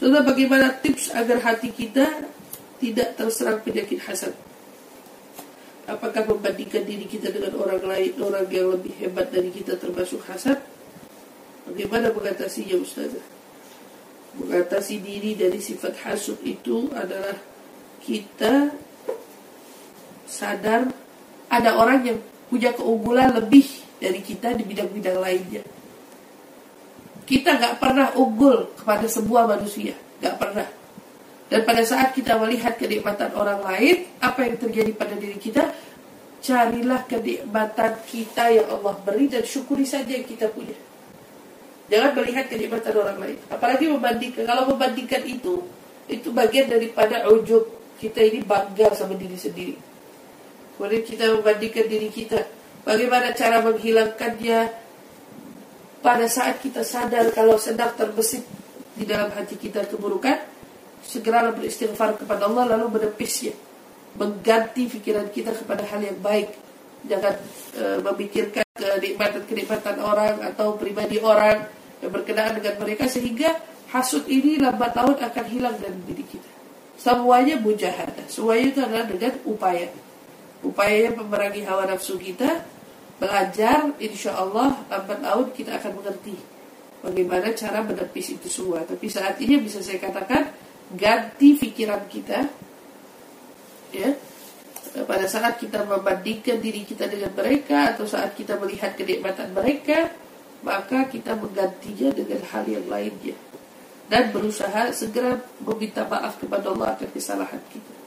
Saudara, bagaimana tips agar hati kita tidak terserang penyakit hasad? Apakah membandingkan diri kita dengan orang lain, orang yang lebih hebat dari kita termasuk hasad? Bagaimana mengatasinya, Ustazah? Mengatasi diri dari sifat hasud itu adalah kita sadar ada orang yang punya keunggulan lebih dari kita di bidang-bidang lainnya. Kita gak pernah unggul kepada sebuah manusia, gak pernah. Dan pada saat kita melihat kenikmatan orang lain, apa yang terjadi pada diri kita? Carilah kenikmatan kita yang Allah beri dan syukuri saja yang kita punya. Jangan melihat kenikmatan orang lain. Apalagi membandingkan. Kalau membandingkan itu bagian daripada ujub. Kita ini bangga sama diri sendiri. Kemudian kita membandingkan diri kita. Bagaimana cara menghilangkannya? Pada saat kita sadar kalau sedang terbesit di dalam hati kita keburukan, segeralah beristighfar kepada Allah lalu menepisnya, mengganti pikiran kita kepada hal yang baik. Jangan memikirkan kenikmatan orang atau pribadi orang yang berkenaan dengan mereka, sehingga hasud ini lambat laun akan hilang dari diri kita. Semuanya mujahadah, semuanya itu adalah dengan upaya memerangi hawa nafsu kita. Belajar, insya Allah lambat laun kita akan mengerti bagaimana cara menepis itu semua. Tapi saat ini bisa saya katakan, ganti pikiran kita, ya. Pada saat kita membandingkan diri kita dengan mereka, atau saat kita melihat kenikmatan mereka, maka kita menggantinya dengan hal yang lainnya dan berusaha segera meminta maaf kepada Allah akan kesalahan kita.